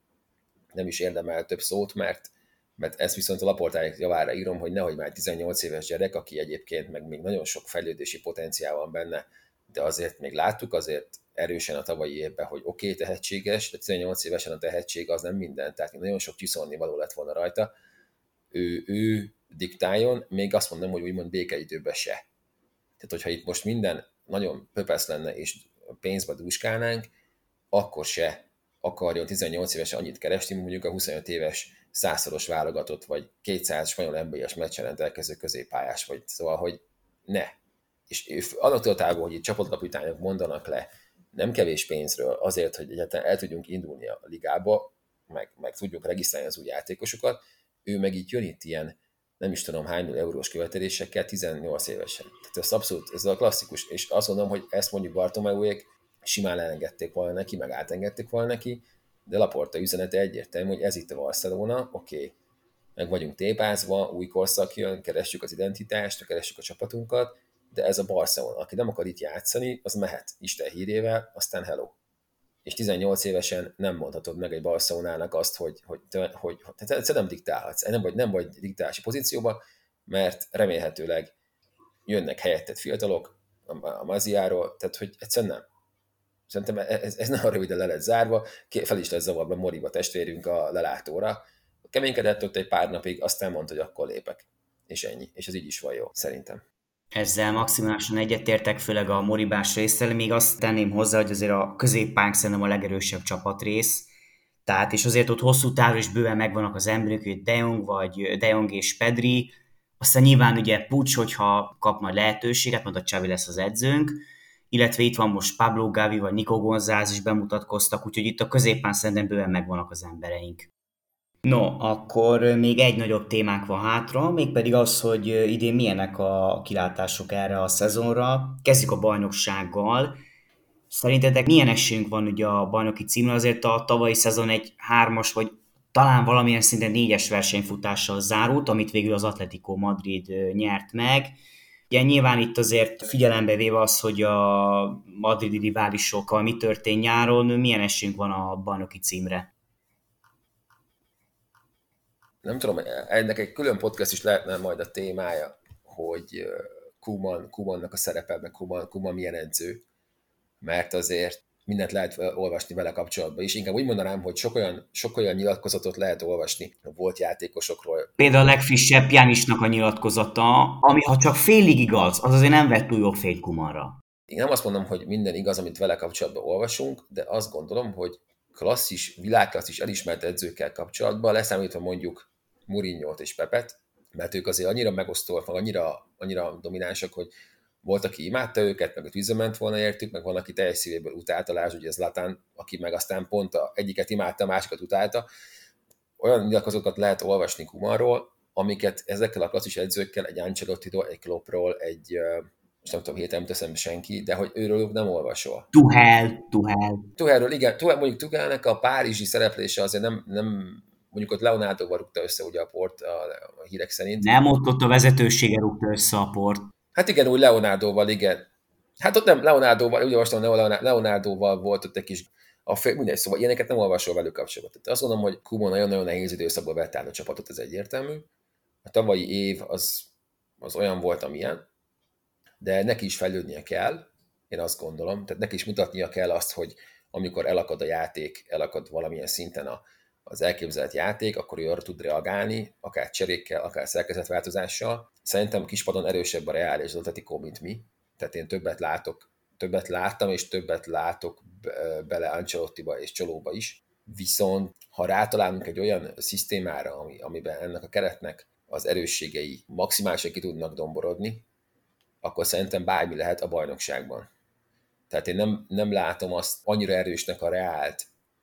nem is érdemel több szót, mert mert ezt viszont a Laportának javára írom, hogy nehogy már tizennyolc éves gyerek, aki egyébként meg még nagyon sok fejlődési potenciál van benne, de azért még láttuk azért erősen a tavalyi évben, hogy oké, okay, tehetséges, de tizennyolc évesen a tehetség az nem minden, tehát nagyon sok csiszolni való lett volna rajta. Ő, ő diktáljon, még azt mondom, hogy úgymond békeidőben se. Tehát, hogyha itt most minden nagyon pöpesz lenne, és pénzbe dúskálnánk, akkor se akarjon tizennyolc évesen annyit keresni, mondjuk a huszonöt éves százszoros válogatott, vagy kétszáz spanyol en bé es meccsen rendelkező középpályás vagy. Szóval, hogy ne. És annak távol, hogy itt csapatkapitányok mondanak le nem kevés pénzről azért, hogy egyáltalán el tudjunk indulni a ligába, meg, meg tudjuk regisztrálni az új játékosokat, ő meg itt jön itt ilyen, nem is tudom hány millió eurós követelésekkel tizennyolc évesen. Tehát ez abszolút, ez a klasszikus, és azt mondom, hogy ezt mondjuk Bartomeuék simán elengedték volna neki, meg átengedték volna neki, de Laporta üzenete egyértelmű, hogy ez itt a Barcelona, oké, okay, meg vagyunk tépázva, új korszak jön, keressük az identitást, keressük a csapatunkat, de ez a Barcelona, aki nem akar itt játszani, az mehet Isten hírével, aztán hello. És tizennyolc évesen nem mondhatod meg egy Barcelonának azt, hogy, hogy, hogy, hogy tehát nem diktálhatsz, nem vagy, nem vagy diktálási pozícióban, mert remélhetőleg jönnek helyetted fiatalok a Maziáról, tehát hogy egyszerűen nem. Szerintem ez, ez nagyon röviden le lett zárva, fel is lett zavarba Moriba testvérünk a lelátóra. Keménykedett ott egy pár napig, aztán mondta, hogy akkor lépek. És ennyi. És ez így is van jó, szerintem. Ezzel maximálisan egyetértek, főleg a Moribás résszel, még azt tenném hozzá, hogy azért a középpánk szerintem a legerősebb csapatrész, Tehát, és azért ott hosszú távon is bőven megvannak az emberek, hogy De Jong, vagy De Jong és Pedri, aztán nyilván ugye Pucs, hogyha kap majd lehetőséget, majd a Xavi lesz az edzőnk, illetve itt van most Pablo Gavi, vagy Nico González is bemutatkoztak, úgyhogy itt a középpán szerintem bőven megvannak az embereink. No, akkor még egy nagyobb témánk van hátra, mégpedig az, hogy idén milyenek a kilátások erre a szezonra. Kezdjük a bajnoksággal. Szerintetek milyen esélyünk van ugye a bajnoki címre? Azért a tavalyi szezon egy hármas, vagy talán valamilyen szinten négyes versenyfutással zárult, amit végül az Atlético Madrid nyert meg. Ugye nyilván itt azért figyelembe véve az, hogy a madridi riválisokkal mi történt nyáron, milyen esélyünk van a bajnoki címre? Nem tudom, ennek egy külön podcast is lehetne majd a témája, hogy Koeman, Koemannak a szerepe, meg Koeman, Koeman milyen edző, mert azért mindent lehet olvasni vele kapcsolatban is. Inkább úgy mondanám, hogy sok olyan, sok olyan nyilatkozatot lehet olvasni volt játékosokról. Például a legfrissebb Pjanicnak a nyilatkozata, ami ha csak félig igaz, az azért nem vett túl jó fényt Koemanra. Én nem azt mondom, hogy minden igaz, amit vele kapcsolatban olvasunk, de azt gondolom, hogy klasszis, világklasszis elismert edzőkkel kapcsolatban, leszámítva mondjuk Mourinho-t és Pepet, mert ők azért annyira megosztóak, meg annyira, annyira dominánsak, hogy volt, aki imádta őket, meg üzement volna értük, meg van, aki teljes szívéből utálta, lásd, ugye Zlatan, aki meg aztán pont a egyiket imádta, a másikat utálta. Olyan nyilatkozatokat lehet olvasni Koemanról, amiket ezekkel a klasszis edzőkkel, egy Ancelottiról, egy Kloppról, egy, most nem tudom, héten nem teszem senki, de hogy őről nem olvasol. Tuhel, Tuhel. Tuhelről, igen, Tuhel, mondjuk Tuhelnek a párizsi szereplése azért nem, nem mondjuk ott Leonardoval rúgta össze ugye a Port a, a hírek szerint. Nem, ott, ott a vezetősége rúgta össze a Port. Hát igen, úgy Leonardoval, igen. Hát ott nem Leonardoval, úgy olvastam, Leonardoval volt ott egy kis, a fő, mindegy, szóval ilyeneket nem olvasol velük kapcsolatban. Tehát azt mondom, hogy Koeman nagyon-nagyon nehéz időszakból vett át a csapatot, ez egyértelmű. A tavalyi év az, az olyan volt, amilyen, de neki is fejlődnie kell, én azt gondolom, tehát neki is mutatnia kell azt, hogy amikor elakad a játék, elakad valamilyen szinten a, az elképzelt játék, akkor ő arra tud reagálni, akár cserékkel, akár szerkezetváltozással. Szerintem kispadon erősebb a Real és az Atletico, mint mi. Tehát én többet látok, többet láttam, és többet látok bele Ancelottiba és Csolóba is. Viszont ha rátalálunk egy olyan szisztémára, ami, amiben ennek a keretnek az erősségei maximálisan ki tudnak domborodni, akkor szerintem bármi lehet a bajnokságban. Tehát én nem, nem látom azt annyira erősnek a Reált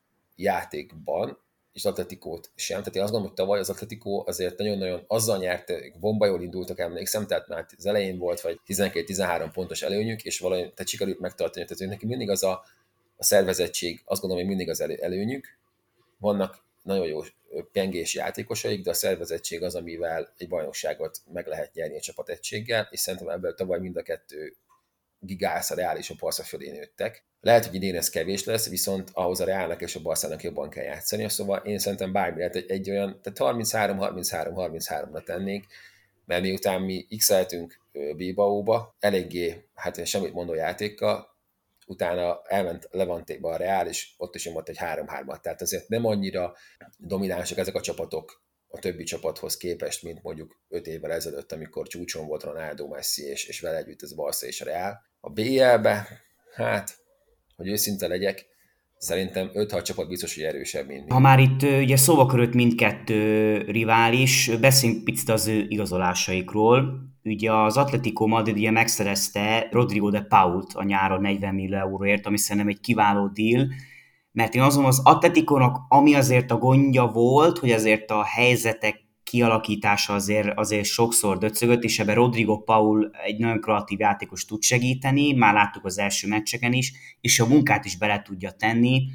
játékban, és az Atletikót sem. Tehát én azt gondolom, hogy tavaly az Atletico azért nagyon-nagyon azzal nyert, bomba jól indultak, emlékszem, tehát már az elején volt, vagy tizenkét-tizenhárom pontos előnyük, és valahogy tehát sikerült megtartani. Tehát neki mindig az a, a szervezettség, azt gondolom, hogy mindig az elő, előnyük. Vannak nagyon jó pengés játékosaik, de a szervezettség az, amivel egy bajnokságot meg lehet nyerni egy csapategységgel, és szerintem ebből tavaly mind a kettő gigász a Real és a Barca fölé nőttek. Lehet, hogy idén ez kevés lesz, viszont ahhoz a Realnak és a Barszának jobban kell játszani, szóval én szerintem bármi lehet egy, egy olyan, tehát harminchárom harminchárom harminchárom-ra tennénk, mert miután mi x-eltünk Bilbaóba, eléggé, hát semmit mondó játékkal, utána elment Levantéba a Real, és ott is nyomott egy három-hármat, tehát azért nem annyira dominánsak ezek a csapatok a többi csapathoz képest, mint mondjuk öt évvel ezelőtt, amikor csúcson volt Ronaldo, Messi, és, és vele együtt ez Barca és a Real. A bé el-be, hát, hogy őszinte legyek, szerintem öt-hat csapat biztos, hogy erősebb, mint mi. Ha már itt ugye szóba került mindkettő rivális, beszéljünk picit az ő igazolásaikról. Ugye az Atletico Madrid ugye megszerezte Rodrigo de Pault a nyáron negyven millió euróért, ami szerintem egy kiváló deal, mert én azon az Atleticónak, ami azért a gondja volt, hogy azért a helyzetek kialakítása azért, azért sokszor döcögött, és ebben Rodrigo Paul egy nagyon kreatív játékos tud segíteni, már láttuk az első meccseken is, és a munkát is bele tudja tenni.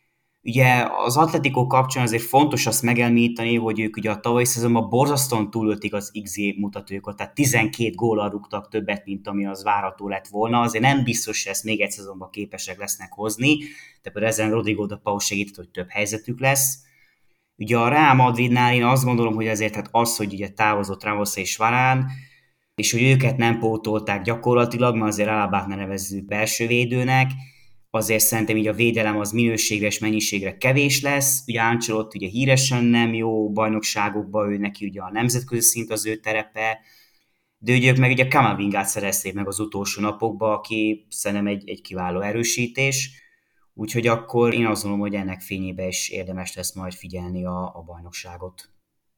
Ugye az Atletico kapcsán azért fontos azt megemlíteni, hogy ők ugye a tavalyi szezonban borzasztóan túlölték az iksz gé mutatójukat, tehát tizenkét góllal rúgtak többet, mint ami az várható lett volna. Azért nem biztos, hogy ezt még egy szezonban képesek lesznek hozni, de például ezen Rodrigo de Paul segített, hogy több helyzetük lesz. Ugye a Real Madridnál én azt gondolom, hogy azért hát az, hogy ugye távozott Ramos és Varane, és hogy őket nem pótolták gyakorlatilag, mert azért Alabát ne nevezzük belső védőnek, azért szerintem így a védelem az minőségre és mennyiségre kevés lesz. Ugye Ancelotti ugye híresen nem jó bajnokságokban, ő neki ugye a nemzetközi szint az ő terepe, de ugye ők meg ugye Kamavingát szerezték meg az utolsó napokban, aki szerintem egy, egy kiváló erősítés. Úgyhogy akkor én azt gondolom, hogy ennek fényében is érdemes lesz majd figyelni a, a bajnokságot.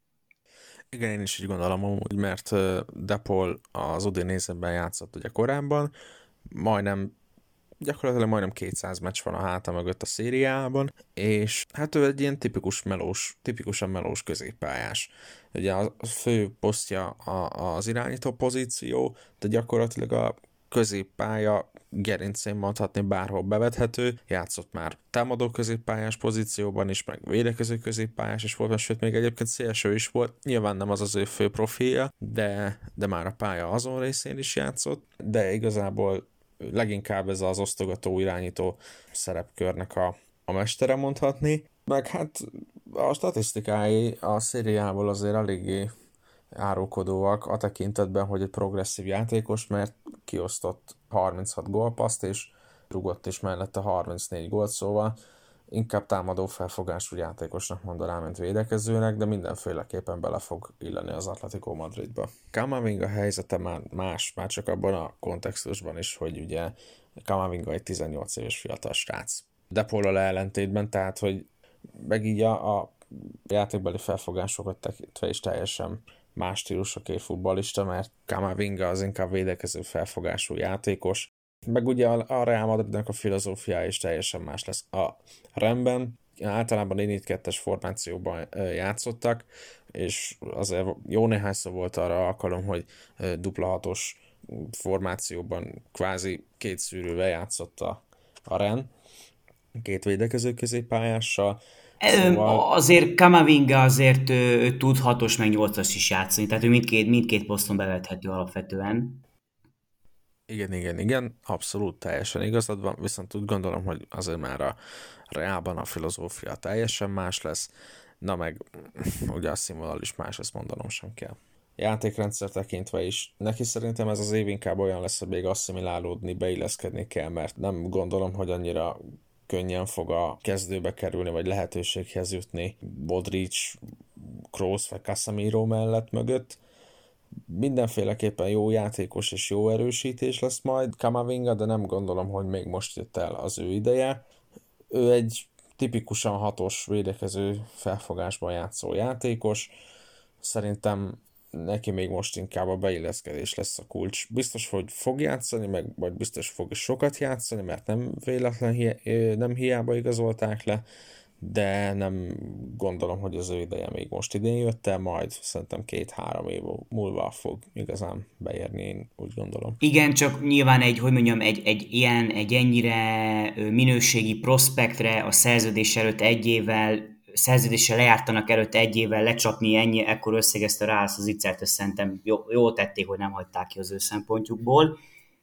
Igen, én is így gondolom amúgy, mert Depol az Udinézeben játszott ugye korábban, majdnem, gyakorlatilag majdnem kétszáz meccs van a háta mögött a szériában, és hát ő egy ilyen tipikus melós, tipikusan melós középpályás. Ugye a fő posztja a, az irányító pozíció, de gyakorlatilag a középpálya gerincén mondhatni bárhol bevethető, játszott már támadó középpályás pozícióban is, meg védekező középpályás is volt, sőt még egyébként szélső is volt, nyilván nem az az ő fő profilja, de, de már a pálya azon részén is játszott, de igazából leginkább ez az osztogató irányító szerepkörnek a, a mestere mondhatni, meg hát a statisztikái a szériából azért eléggé árulkodóak a tekintetben, hogy egy progresszív játékos, mert kiosztott harminchat gólpasszt, és rugott is mellette harmincnégy gólt, szóval inkább támadó felfogású játékosnak mondanám, mint védekezőnek, de mindenféleképpen bele fog illeni az Atletico Madridba. Camavinga helyzete már más, már csak abban a kontextusban is, hogy ugye Camavinga egy tizennyolc éves fiatal srác. Depollal ellentétben, tehát, hogy meg így a, a játékbeli felfogásokat tekintve is teljesen más stílusú két futballista, mert Camavinga az inkább védekező felfogású játékos, meg ugye a Real Madridnak a filozófiája is teljesen más lesz. A Remben általában négy kettes formációban játszottak, és azért jó néhányszor volt arra alkalom, hogy dupla hatos formációban kvázi két szűrővel játszott a, a Ren, két védekező középpályással. Szóval... Azért Camavinga azért ő, ő tud hatos meg nyolcas is játszani, tehát ő mindkét, mindkét poszton bevethető alapvetően. Igen, igen, igen, abszolút teljesen igazad van, viszont úgy gondolom, hogy azért már a Reálban a filozófia teljesen más lesz, na meg ugye a színvonal is más, ezt mondanom sem kell. Játékrendszer tekintve is, neki szerintem ez az év inkább olyan lesz, hogy még asszimilálódni, beilleszkedni kell, mert nem gondolom, hogy annyira könnyen fog a kezdőbe kerülni, vagy lehetőséghez jutni Modric, Kroos vagy Casemiro mellett mögött. Mindenféleképpen jó játékos és jó erősítés lesz majd Camavinga, de nem gondolom, hogy még most jött el az ő ideje. Ő egy tipikusan hatos védekező felfogásban játszó játékos. Szerintem neki még most inkább a beilleszkedés lesz a kulcs. Biztos, hogy fog játszani, meg vagy biztos fog sokat játszani, mert nem véletlen, hi- nem hiába igazolták le, de nem gondolom, hogy az ő ideje még most idén jött el, majd szerintem két-három év múlva fog igazán beérni, én úgy gondolom. Igen, csak nyilván egy, hogy mondjam, egy, egy ilyen, egy ennyire minőségi prospektre a szerződés előtt egy évvel, szerződéssel lejártanak előtt egy évvel lecsapni ennyi, ekkor összegezte rá az Icert, ezt szerintem jó, jó tették, hogy nem hagyták ki az ő szempontjukból.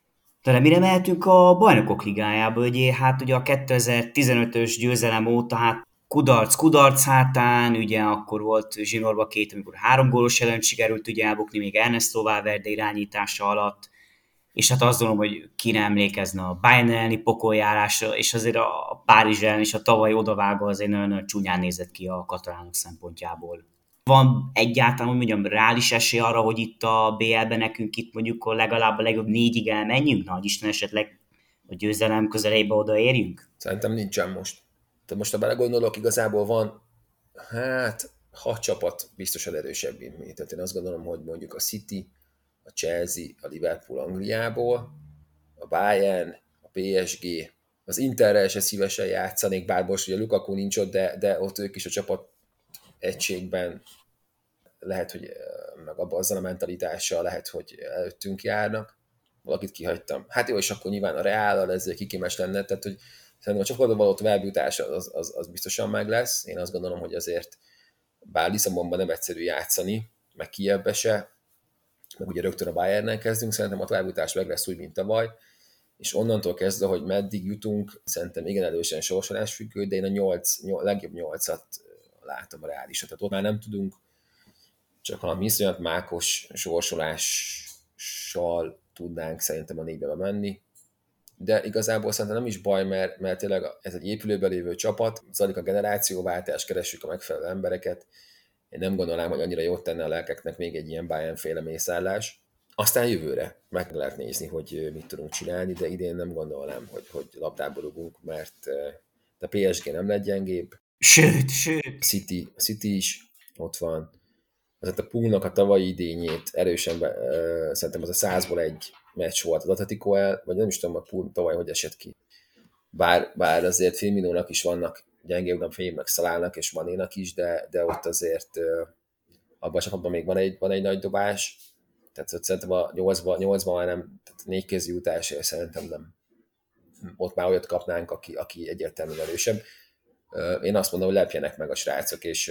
De mire mehetünk a Bajnokok Ligájába, ugye hát ugye a kétezer-tizenötös győzelem óta hát kudarc, kudarc hátán, ugye akkor volt zsinórba két, amikor három gólos előnyt sikerült ugye elbukni még Ernesto Valverde irányítása alatt, és hát azt gondolom, hogy ki nem emlékezne a Bayern elleni pokoljárásra, és azért a Párizs ellen is a tavaly odavágva azért nagyon csúnyán nézett ki a katalánok szempontjából. Van egyáltalán, hogy mondjam, reális esély arra, hogy itt a bé el-ben nekünk itt mondjuk legalább a legjobb négyig elmenjünk? Nagy Isten esetleg a győzelem közelébe odaérjünk? Szerintem nincsen most. Tehát most, ha belegondolok, igazából van, hát, hat csapat biztosan erősebb, mint mi. Tehát én azt gondolom, hogy mondjuk a City, a Chelsea, a Liverpool Angliából, a Bayern, a pé es gé, az Interrel se szívesen játszanék, bár most ugye Lukaku nincs ott, de, de ott ők is a csapat egységben lehet, hogy meg abban azzal a mentalitással lehet, hogy előttünk járnak. Valakit kihagytam. Hát jó, és akkor nyilván a Reállal ezzel kikémes lenne, tehát hogy szerintem a csapaton való továbbjutás az, az, az biztosan meg lesz. Én azt gondolom, hogy azért bár Lisszabonban nem egyszerű játszani, meg Kijevbe se, meg ugye rögtön a Bayernnel kezdünk, szerintem a továbbjutás meg lesz úgy, mint tavaly, és onnantól kezdve, hogy meddig jutunk, szerintem igen erősen sorsolás függő, de én a nyolc, nyolc, legjobb nyolcat látom a reálisat. Tehát ott már nem tudunk csak valami iszonyat mákos sorsolással tudnánk szerintem a négybe menni. De igazából szerintem nem is baj, mert, mert tényleg ez egy épülőben lévő csapat, zajlik a generációváltás, keressük a megfelelő embereket. Én nem gondolnám, hogy annyira jót tenne a lelkeknek még egy ilyen Bayern-féle mészállás. Aztán jövőre meg lehet nézni, hogy mit tudunk csinálni, de idén nem gondolnám, hogy, hogy labdába rugunk, mert a pé es gé nem lett gyengébb. Sőt, sőt. A City, a City is ott van. Tehát a Poolnak a tavalyi idényét erősen, be, uh, szerintem az a százból egy meccs volt az Atletico el, vagy nem is tudom, a Pool tavaly hogy esett ki. Bár, bár azért Firminónak is vannak gyengébb, nem fél meg Szalálnak és Manénak is, de, de ott azért uh, abban a csapatban még van egy, van egy nagy dobás. Tehát ott szerintem a nyolcban, nyolcban már nem, tehát négy kézi jutásért szerintem nem. Ott már olyat kapnánk, aki, aki egyértelműen erősebb. Én azt mondom, hogy lepjenek meg a srácok, és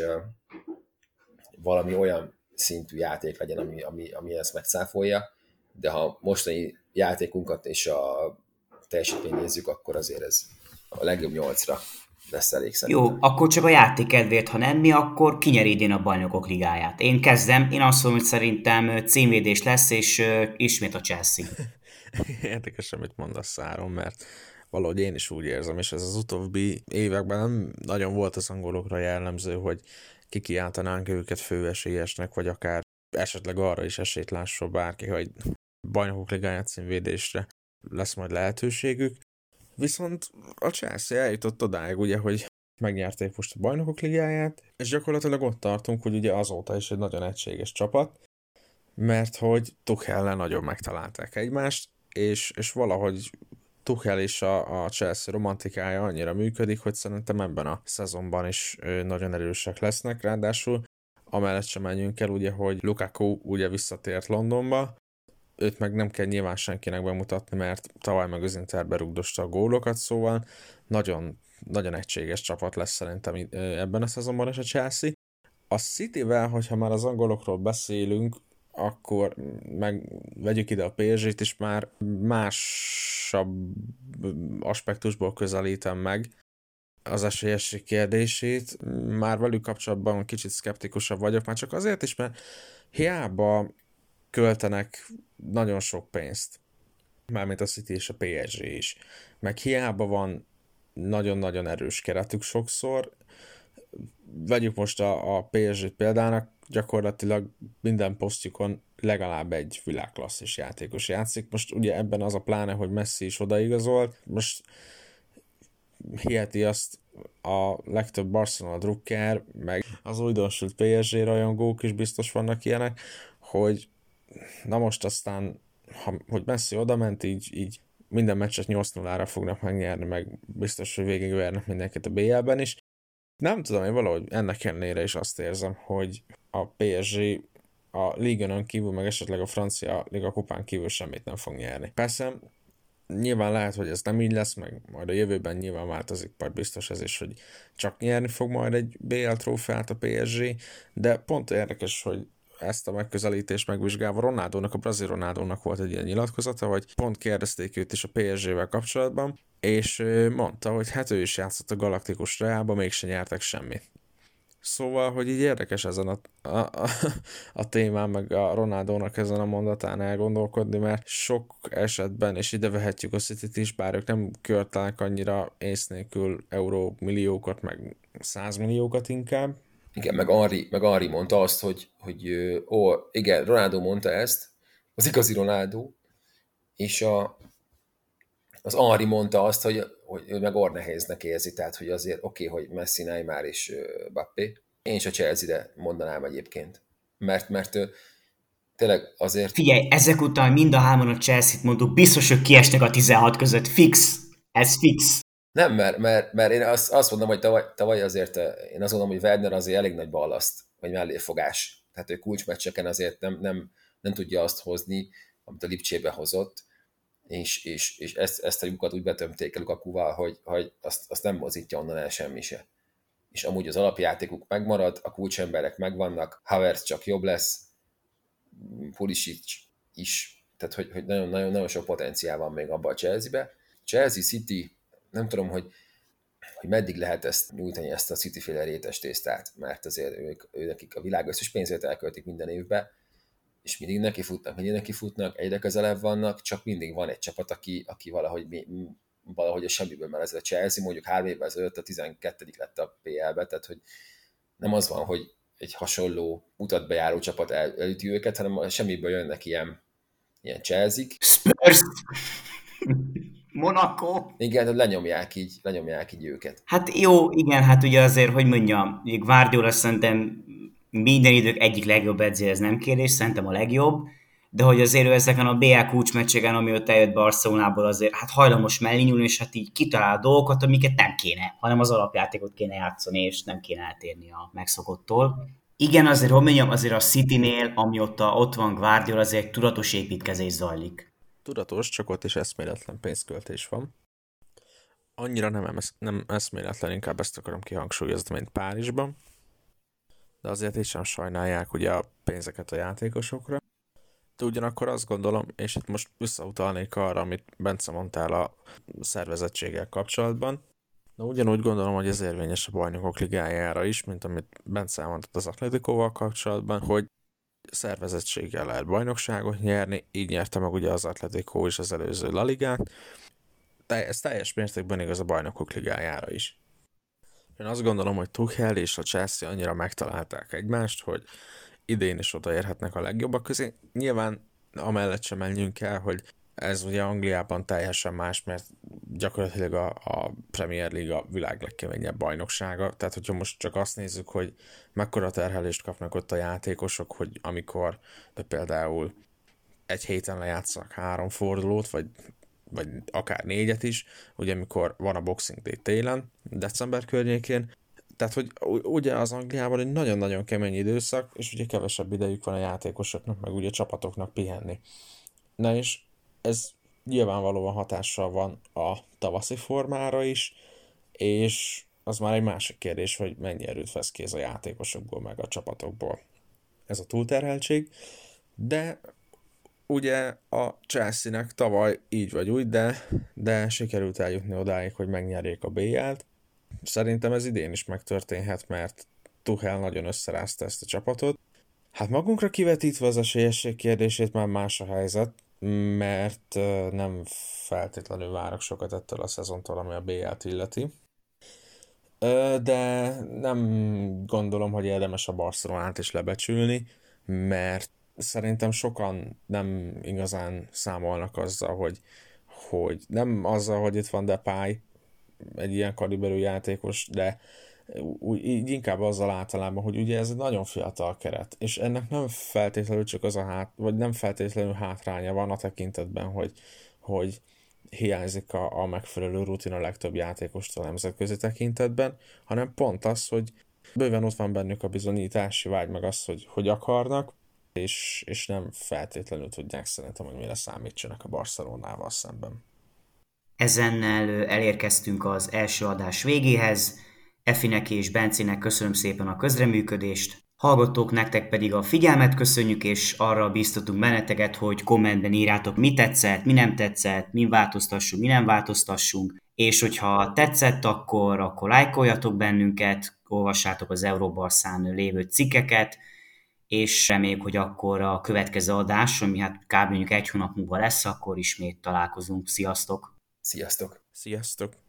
valami olyan szintű játék legyen, ami, ami, ami ezt megcáfolja, de ha mostani játékunkat és a teljesítményt nézzük, akkor azért ez a legjobb nyolcra lesz elég szerintem. Jó, akkor csak a játék kedvéért, ha nem mi, akkor kinyeri idén a Bajnokok Ligáját. Én kezdem, én azt mondom, hogy szerintem címvédés lesz, és uh, ismét a Chelsea. Érdekes, amit mondasz, Áron, mert valahogy én is úgy érzem, és ez az utóbbi években nem nagyon volt az angolokra jellemző, hogy kikiáltanánk őket főesélyesnek, vagy akár esetleg arra is esélyt lásson bárki, hogy Bajnokok Ligáját címvédésre lesz majd lehetőségük. Viszont a Chelsea eljutott odáig, ugye, hogy megnyerték most a Bajnokok Ligáját, és gyakorlatilag ott tartunk, hogy ugye azóta is egy nagyon egységes csapat, mert hogy Tuchellel nagyon megtalálták egymást, és, és valahogy Tuchel és a, a Chelsea romantikája annyira működik, hogy szerintem ebben a szezonban is nagyon erősek lesznek, ráadásul amellett sem menjünk el, ugye, hogy Lukaku ugye visszatért Londonba, őt meg nem kell nyilván senkinek bemutatni, mert tavaly meg az Interbe rugdosta a gólokat, szóval nagyon, nagyon egységes csapat lesz szerintem ebben a szezonban is a Chelsea. A Cityvel, hogyha már az angolokról beszélünk, akkor meg vegyük ide a pé es gét is, már másabb aspektusból közelítem meg az esélyesség kérdését. Már velük kapcsolatban kicsit szkeptikusabb vagyok, már csak azért is, mert hiába költenek nagyon sok pénzt, mármint a City és a pé es gé is, meg hiába van nagyon-nagyon erős keretük sokszor. Vegyük most a, a pé es gét példának, gyakorlatilag minden posztjukon legalább egy világklasszis játékos játszik. Most ugye ebben az a pláne, hogy Messi is odaigazolt, most hiheti azt a legtöbb Barcelona drukker, meg az újdonsült pé es gé rajongók is biztos vannak ilyenek, hogy na most aztán, ha, hogy Messi odament, így, így minden meccset nyolc nullára fognak megnyerni, meg biztos, hogy végigvernek mindenkit a bé el-ben is. Nem tudom, én valahogy ennek ellenére is azt érzem, hogy a pé es gé a Ligue-on kívül, meg esetleg a francia Liga kupán kívül semmit nem fog nyerni. Persze nyilván lehet, hogy ez nem így lesz, meg majd a jövőben nyilván változik, majd biztos ez is, hogy csak nyerni fog majd egy bé el trófeát a pé es gé, de pont érdekes, hogy ezt a megközelítést megvizsgálva Ronaldónak, a brazil Ronaldónak volt egy ilyen nyilatkozata, hogy pont kérdezték őt is a pé es gével kapcsolatban, és mondta, hogy hát ő is játszott a galaktikus Reálba, mégse nyertek semmit. Szóval, hogy így érdekes ezen a, a, a, a témán, meg a Ronaldónak ezen a mondatán elgondolkodni, mert sok esetben, és ide vehetjük a Cityt is, bár ők nem költenek annyira ész nélkül euró milliókat, meg százmilliókat inkább. Igen, meg Henri, meg Henri mondta azt, hogy, hogy ó, igen, Ronaldo mondta ezt, az igazi Ronaldo, és a, az Henri mondta azt, hogy, hogy ő meg ornehéznek érzi, tehát hogy azért oké, okay, hogy Messi, Neymar és Mbappé. Én is a Chelsea-re mondanám egyébként, mert, mert tényleg azért... Figyelj, ezek után mind a hárman a Chelsea-t mondjuk, biztos, hogy kiesnek a tizenhat között. Fix. Ez fix. Nem, mert, mert, mert én azt, azt mondom, hogy tavaly, tavaly azért, én azt mondom, hogy Werner azért elég nagy ballaszt, vagy melléfogás. Tehát ő kulcsmeccseken azért nem, nem, nem tudja azt hozni, amit a Lipcsébe hozott, és, és, és ezt, ezt a lyukat úgy betömték el Lukakuval, hogy, hogy azt, azt nem mozítja onnan el semmi se. És amúgy az alapjátékuk megmarad, a kulcsemberek megvannak, Havertz csak jobb lesz, Pulisic is, tehát hogy, hogy nagyon, nagyon, nagyon sok potenciál van még abban a Chelsea-be. Chelsea, City, nem tudom, hogy, hogy meddig lehet ezt nyújtani, ezt a City-féle rétes tésztát, mert azért ők, ők nekik a világ összes pénzét elköltik minden évbe, és mindig neki futnak, mindig neki futnak, egyre közelebb vannak, csak mindig van egy csapat, aki, aki valahogy, valahogy a semmiből, mert ez a Chelsea mondjuk három évvel ezelőtt a tizenkettedik lett a pé el-be, tehát hogy nem az van, hogy egy hasonló utat bejáró csapat el, elüti őket, hanem a semmiből jönnek ilyen ilyen Chelsea. Spurs! Monaco. Igen, lenyomják így, lenyomják így őket. Hát jó, igen, hát ugye azért, hogy mondjam, Guardiola szerintem minden idők egyik legjobb edző, ez nem kérdés, szerintem a legjobb, de hogy azért ő ezeken a bé el kulcsmeccseken, amióta eljött Barcelonából, azért hát hajlamos mellé nyúlni, és hát így kitalál dolgokat, amiket nem kéne, hanem az alapjátékot kéne játszani, és nem kéne eltérni a megszokottól. Igen, azért, hogy mondjam, azért a Citynél, amióta ott van Guardiola, azért egy tudatos építkezés zajlik. Tudatos, csak ott is eszméletlen pénzköltés van. Annyira nem, esz- nem eszméletlen, inkább ezt akarom kihangsúlyozni, mint Párizsban. De azért is sem sajnálják ugye a pénzeket a játékosokra. De ugyanakkor azt gondolom, és itt most visszautalnék arra, amit Bence mondtál a szervezettséggel kapcsolatban, de ugyanúgy gondolom, hogy ez érvényes a bajnokok ligájára is, mint amit Bence mondott az Atletikóval kapcsolatban, hogy szervezettséggel lehet bajnokságot nyerni, így nyerte meg ugye az Atletikó is az előző La Ligát. Ez teljes mértékben igaz a bajnokok ligájára is. Én azt gondolom, hogy Tuchel és a Chelsea annyira megtalálták egymást, hogy idén is odaérhetnek a legjobbak közé. Nyilván amellett sem menjünk el, hogy ez ugye Angliában teljesen más, mert gyakorlatilag a, a Premier League a világ legkeményebb bajnoksága. Tehát, hogyha most csak azt nézzük, hogy mekkora terhelést kapnak ott a játékosok, hogy amikor de például egy héten lejátszanak három fordulót, vagy, vagy akár négyet is, ugye amikor van a Boxing Day télen, december környékén, tehát, hogy ugye az Angliában egy nagyon-nagyon kemény időszak, és ugye kevesebb idejük van a játékosoknak, meg ugye a csapatoknak pihenni. Na és ez nyilvánvalóan hatással van a tavaszi formára is, és az már egy másik kérdés, hogy mennyi erőt vesz ki ez a játékosokból, meg a csapatokból. Ez a túlterheltség, de ugye a Chelsea-nek tavaly így vagy úgy, de, de sikerült eljutni odáig, hogy megnyerjék a bé el-t. Szerintem ez idén is megtörténhet, mert Tuchel nagyon összerázta ezt a csapatot. Hát magunkra kivetítve az esélyesség kérdését már más a helyzet, mert nem feltétlenül várok sokat ettől a szezontól, ami a bé el-t illeti. De nem gondolom, hogy érdemes a Barcelonát is lebecsülni, mert szerintem sokan nem igazán számolnak azzal, hogy, hogy nem azzal, hogy itt van Depay, egy ilyen kaliberű játékos, de úgy, így inkább azzal általában, hogy ugye ez egy nagyon fiatal keret, és ennek nem feltétlenül csak az a hát, vagy nem feltétlenül hátránya van a tekintetben, hogy, hogy hiányzik a, a megfelelő rutin a legtöbb játékostól nemzetközi tekintetben, hanem pont az, hogy bőven ott van bennük a bizonyítási vágy, meg az, hogy, hogy akarnak, és, és nem feltétlenül tudják szerintem, hogy mire számítsanak a Barcelonával szemben. Ezennel elérkeztünk az első adás végéhez. Efinek és Bencének köszönöm szépen a közreműködést. Hallgatók, nektek pedig a figyelmet köszönjük, és arra bíztatunk benneteket, hogy kommentben írjátok, mi tetszett, mi nem tetszett, mi változtassunk, mi nem változtassunk. És hogyha tetszett, akkor, akkor lájkoljatok bennünket, olvassátok az Euróbarszán lévő cikkeket, és reméljük, hogy akkor a következő adás, ami hát kb. Egy hónap múlva lesz, akkor ismét találkozunk. Sziasztok! Sziasztok! Sziasztok!